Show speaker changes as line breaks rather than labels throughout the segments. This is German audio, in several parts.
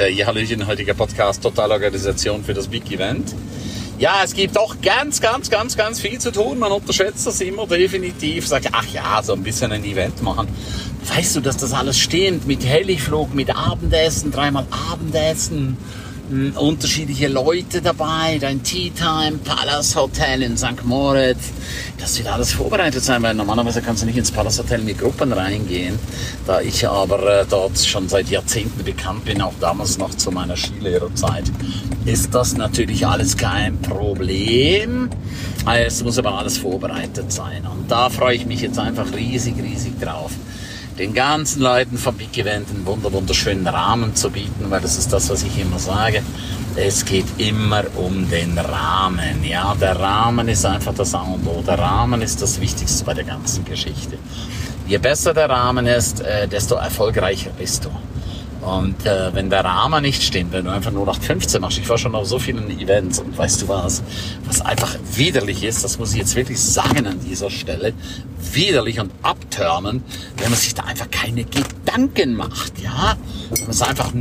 Ja, Hallöchen, heutiger Podcast, Totalorganisation für das Big Event. Ja, es gibt doch ganz viel zu tun. Man unterschätzt das immer definitiv. Sagt, ach ja, so ein bisschen ein Event machen. Weißt du, dass das alles stimmt? Mit Heliflug, mit Abendessen, 3-mal Abendessen, unterschiedliche Leute dabei, dein Tea Time, Palace Hotel in St. Moritz. Das wird alles vorbereitet sein, weil normalerweise kannst du nicht ins Palace Hotel mit Gruppen reingehen. Da ich aber dort schon seit Jahrzehnten bekannt bin, auch damals noch zu meiner Skilehrerzeit, ist das natürlich alles kein Problem. Es muss aber alles vorbereitet sein. Und da freue ich mich jetzt einfach riesig drauf, den ganzen Leuten vom Big Event einen wunderschönen Rahmen zu bieten, weil das ist das, was ich immer sage. Es geht immer um den Rahmen. Ja, der Rahmen ist einfach das A und O. Der Rahmen ist das Wichtigste bei der ganzen Geschichte. Je besser der Rahmen ist, desto erfolgreicher bist du. Und wenn der Rahmen nicht stimmt, wenn du einfach nur 0815 machst, ich war schon auf so vielen Events und weißt du was einfach widerlich ist, das muss ich jetzt wirklich sagen an dieser Stelle, widerlich und abtörnen, wenn man sich da einfach keine Gedanken macht, ja, wenn man es einfach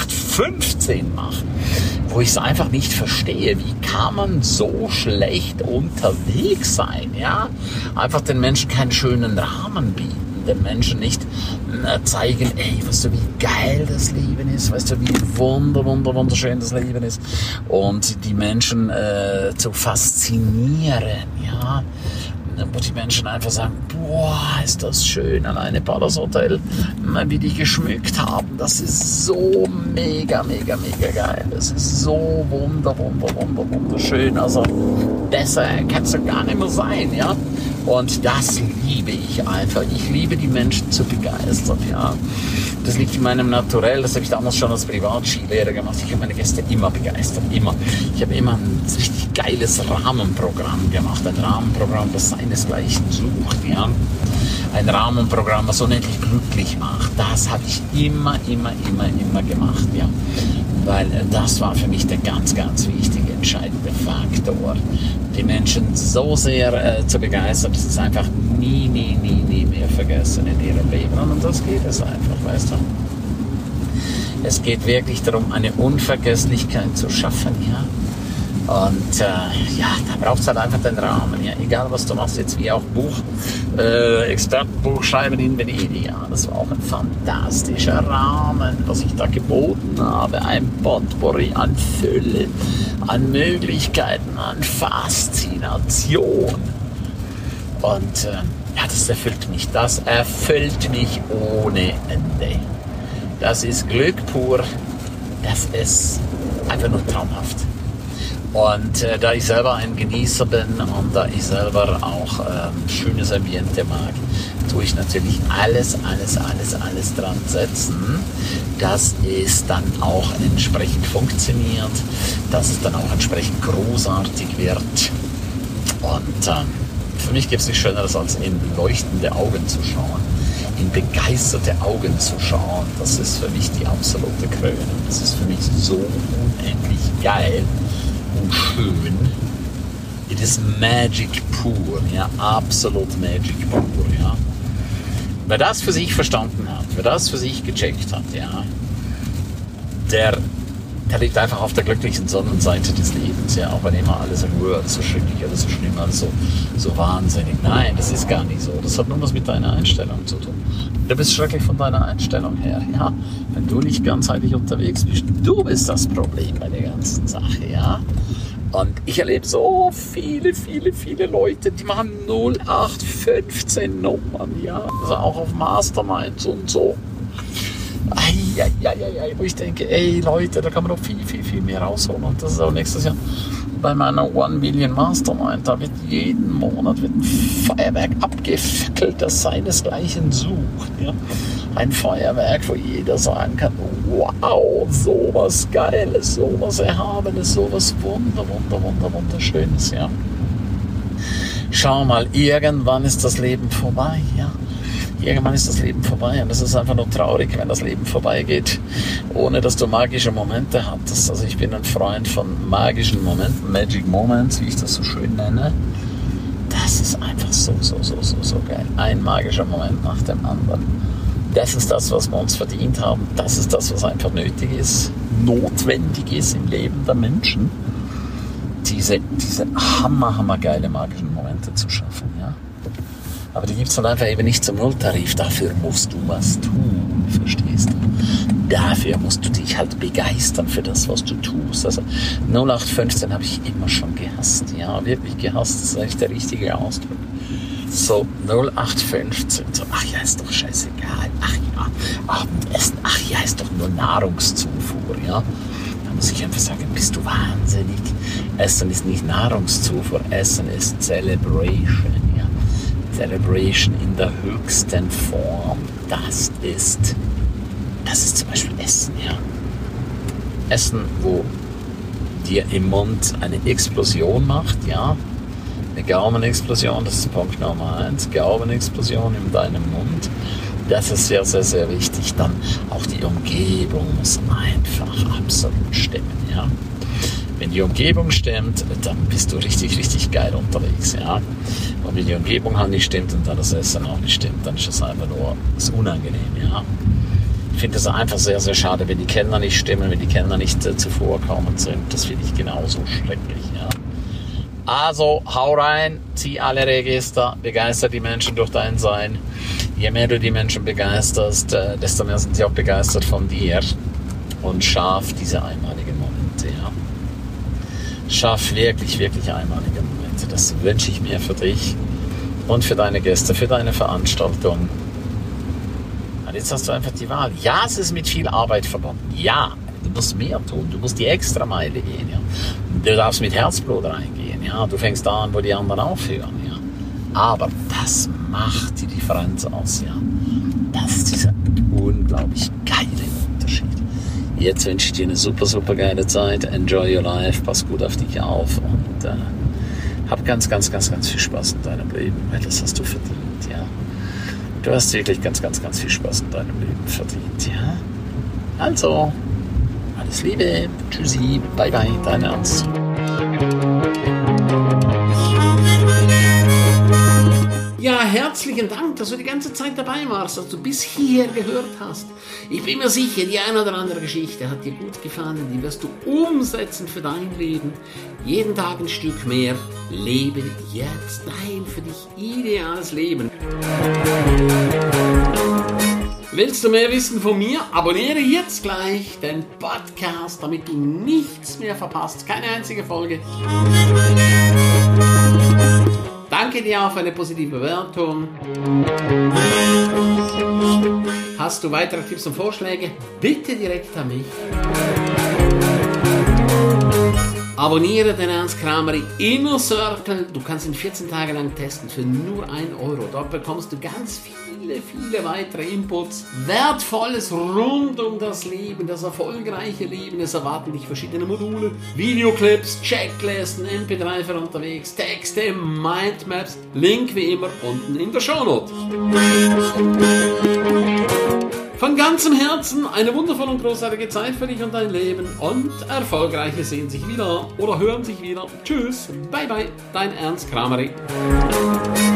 0815 macht, wo ich es einfach nicht verstehe, wie kann man so schlecht unterwegs sein, ja, einfach den Menschen keinen schönen Rahmen bieten. Den Menschen nicht zeigen, ey, weißt du, wie geil das Leben ist, weißt du, wie wunderschön das Leben ist, und die Menschen zu faszinieren, ja, wo die Menschen einfach sagen, boah, ist das schön, alleine Palace Hotel, wie die geschmückt haben, das ist so mega geil, das ist so wunderschön, also besser kann es doch gar nicht mehr sein, ja. Und das liebe ich einfach. Ich liebe die Menschen zu begeistern, ja. Das liegt in meinem Naturell. Das habe ich damals schon als Privatskilehrer gemacht. Ich habe meine Gäste immer begeistert, immer. Ich habe immer ein richtig geiles Rahmenprogramm gemacht. Ein Rahmenprogramm, das seinesgleichen sucht, ja. Ein Rahmenprogramm, was unendlich glücklich macht. Das habe ich immer gemacht, ja. Weil das war für mich der ganz wichtige, entscheidende Faktor. Die Menschen so sehr zu begeistern, dass sie es einfach nie mehr vergessen in ihrem Leben. Und um das geht es einfach, weißt du. Es geht wirklich darum, eine Unvergesslichkeit zu schaffen, ja. Und ja, da braucht es halt einfach den Rahmen, ja. Egal was du machst, jetzt wie auch Expertenbuch schreiben in Venedig, ja. Das war auch ein fantastischer Rahmen, was ich da geboten habe. Ein Potpourri an Fülle, an Möglichkeiten, an Faszination. Und ja, das erfüllt mich. Das erfüllt mich ohne Ende. Das ist Glück pur. Das ist einfach nur traumhaft. Und da ich selber ein Genießer bin und da ich selber auch schönes Ambiente mag, tue ich natürlich alles dran setzen, dass es dann auch entsprechend funktioniert, dass es dann auch entsprechend großartig wird. Und für mich gibt es nichts Schöneres, als in leuchtende Augen zu schauen, in begeisterte Augen zu schauen. Das ist für mich die absolute Krönung. Das ist für mich so unendlich geil und schön. It is magic pur, ja, absolut magic pur, ja. Wer das für sich verstanden hat, wer das für sich gecheckt hat, ja, der liegt einfach auf der glücklichen Sonnenseite des Lebens, ja, auch wenn immer alles so schrecklich oder so schlimm, alles so wahnsinnig. Nein, das ist gar nicht so. Das hat nur was mit deiner Einstellung zu tun. Du bist schrecklich von deiner Einstellung her, ja. Wenn du nicht ganzheitlich unterwegs bist, du bist das Problem bei der ganzen Sache, ja. Und ich erlebe so viele Leute, die machen 0815 Nummern, ja. Also auch auf Masterminds und so. Wo ich denke, ey Leute, da kann man noch viel mehr rausholen. Und das ist auch nächstes Jahr bei meiner 1 Million Mastermind. Da wird jeden Monat ein Feuerwerk abgefackelt, das seinesgleichen sucht. Ja? Ein Feuerwerk, wo jeder sagen kann, wow, sowas Geiles, sowas Erhabenes, sowas Wunderschönes. Ja? Schau mal, irgendwann ist das Leben vorbei, ja. Irgendwann ist das Leben vorbei und es ist einfach nur traurig, wenn das Leben vorbeigeht, ohne dass du magische Momente hattest. Also ich bin ein Freund von magischen Momenten, Magic Moments, wie ich das so schön nenne. Das ist einfach so geil. Ein magischer Moment nach dem anderen. Das ist das, was wir uns verdient haben. Das ist das, was einfach notwendig ist im Leben der Menschen. Diese hammergeile magischen Momente zu schaffen. Ja? Aber die gibt es halt einfach eben nicht zum Nulltarif. Dafür musst du was tun, verstehst du? Dafür musst du dich halt begeistern für das, was du tust. Also 0815 habe ich immer schon gehasst. Ja, wirklich gehasst. Das ist eigentlich der richtige Ausdruck. So 0815. So, ach ja, ist doch scheißegal. Ach ja, Abendessen. Ach ja, ist doch nur Nahrungszufuhr. Ja, da muss ich einfach sagen, bist du wahnsinnig? Essen ist nicht Nahrungszufuhr. Essen ist Celebration. Ja, Celebration in der höchsten Form. Das ist zum Beispiel Essen, ja. Essen, wo dir im Mund eine Explosion macht, ja. Eine Gaumenexplosion, das ist Punkt Nummer 1. Gaumenexplosion in deinem Mund. Das ist sehr, sehr, sehr wichtig. Dann auch die Umgebung muss einfach absolut stimmen, ja. Wenn die Umgebung stimmt, dann bist du richtig, richtig geil unterwegs, ja. Und wenn die Umgebung halt nicht stimmt und dann das Essen auch nicht stimmt, dann ist das einfach nur unangenehm, ja. Ich finde es einfach sehr, sehr schade, wenn die Kellner nicht stimmen, wenn die Kellner nicht zuvorkommend sind. Das finde ich genauso schrecklich. Ja. Also, hau rein, zieh alle Register, begeister die Menschen durch dein Sein. Je mehr du die Menschen begeisterst, desto mehr sind sie auch begeistert von dir. Und schaff diese einmaligen Momente. Ja. Schaff wirklich, wirklich einmalige Momente. Das wünsche ich mir für dich und für deine Gäste, für deine Veranstaltung. Jetzt hast du einfach die Wahl. Ja, es ist mit viel Arbeit verbunden. Ja, du musst mehr tun. Du musst die Extrameile gehen. Ja. Du darfst mit Herzblut reingehen. Ja. Du fängst da an, wo die anderen aufhören. Ja. Aber das macht die Differenz aus. Ja. Das ist dieser unglaublich geile Unterschied. Jetzt wünsche ich dir eine super, super geile Zeit. Enjoy your life. Pass gut auf dich auf. Und hab ganz, ganz, ganz, ganz viel Spaß in deinem Leben. Weil das hast du verdient. Ja. Du hast wirklich ganz, ganz, ganz viel Spaß in deinem Leben verdient, ja? Also, alles Liebe, tschüssi, bye bye, dein Ernst. Ja, herzlichen Dank, dass du die ganze Zeit dabei warst, dass du bis hierher gehört hast. Ich bin mir sicher, die eine oder andere Geschichte hat dir gut gefallen, die wirst du umsetzen für dein Leben. Jeden Tag ein Stück mehr. Lebe jetzt dein für dich ideales Leben. Willst du mehr wissen von mir? Abonniere jetzt gleich den Podcast, damit du nichts mehr verpasst. Keine einzige Folge. Danke dir auch für eine positive Bewertung. Hast du weitere Tipps und Vorschläge? Bitte direkt an mich. Abonniere den Ernst Krameri Inner Circle. Du kannst ihn 14 Tage lang testen für nur 1 €. Dort bekommst du ganz viele weitere Inputs. Wertvolles rund um das Leben, das erfolgreiche Leben. Es erwarten dich verschiedene Module, Videoclips, Checklisten, MP3 für unterwegs, Texte, Mindmaps. Link wie immer unten in der Shownote. Von ganzem Herzen eine wundervolle und großartige Zeit für dich und dein Leben und Erfolgreiche sehen sich wieder oder hören sich wieder. Tschüss, bye bye, dein Ernst Krameri.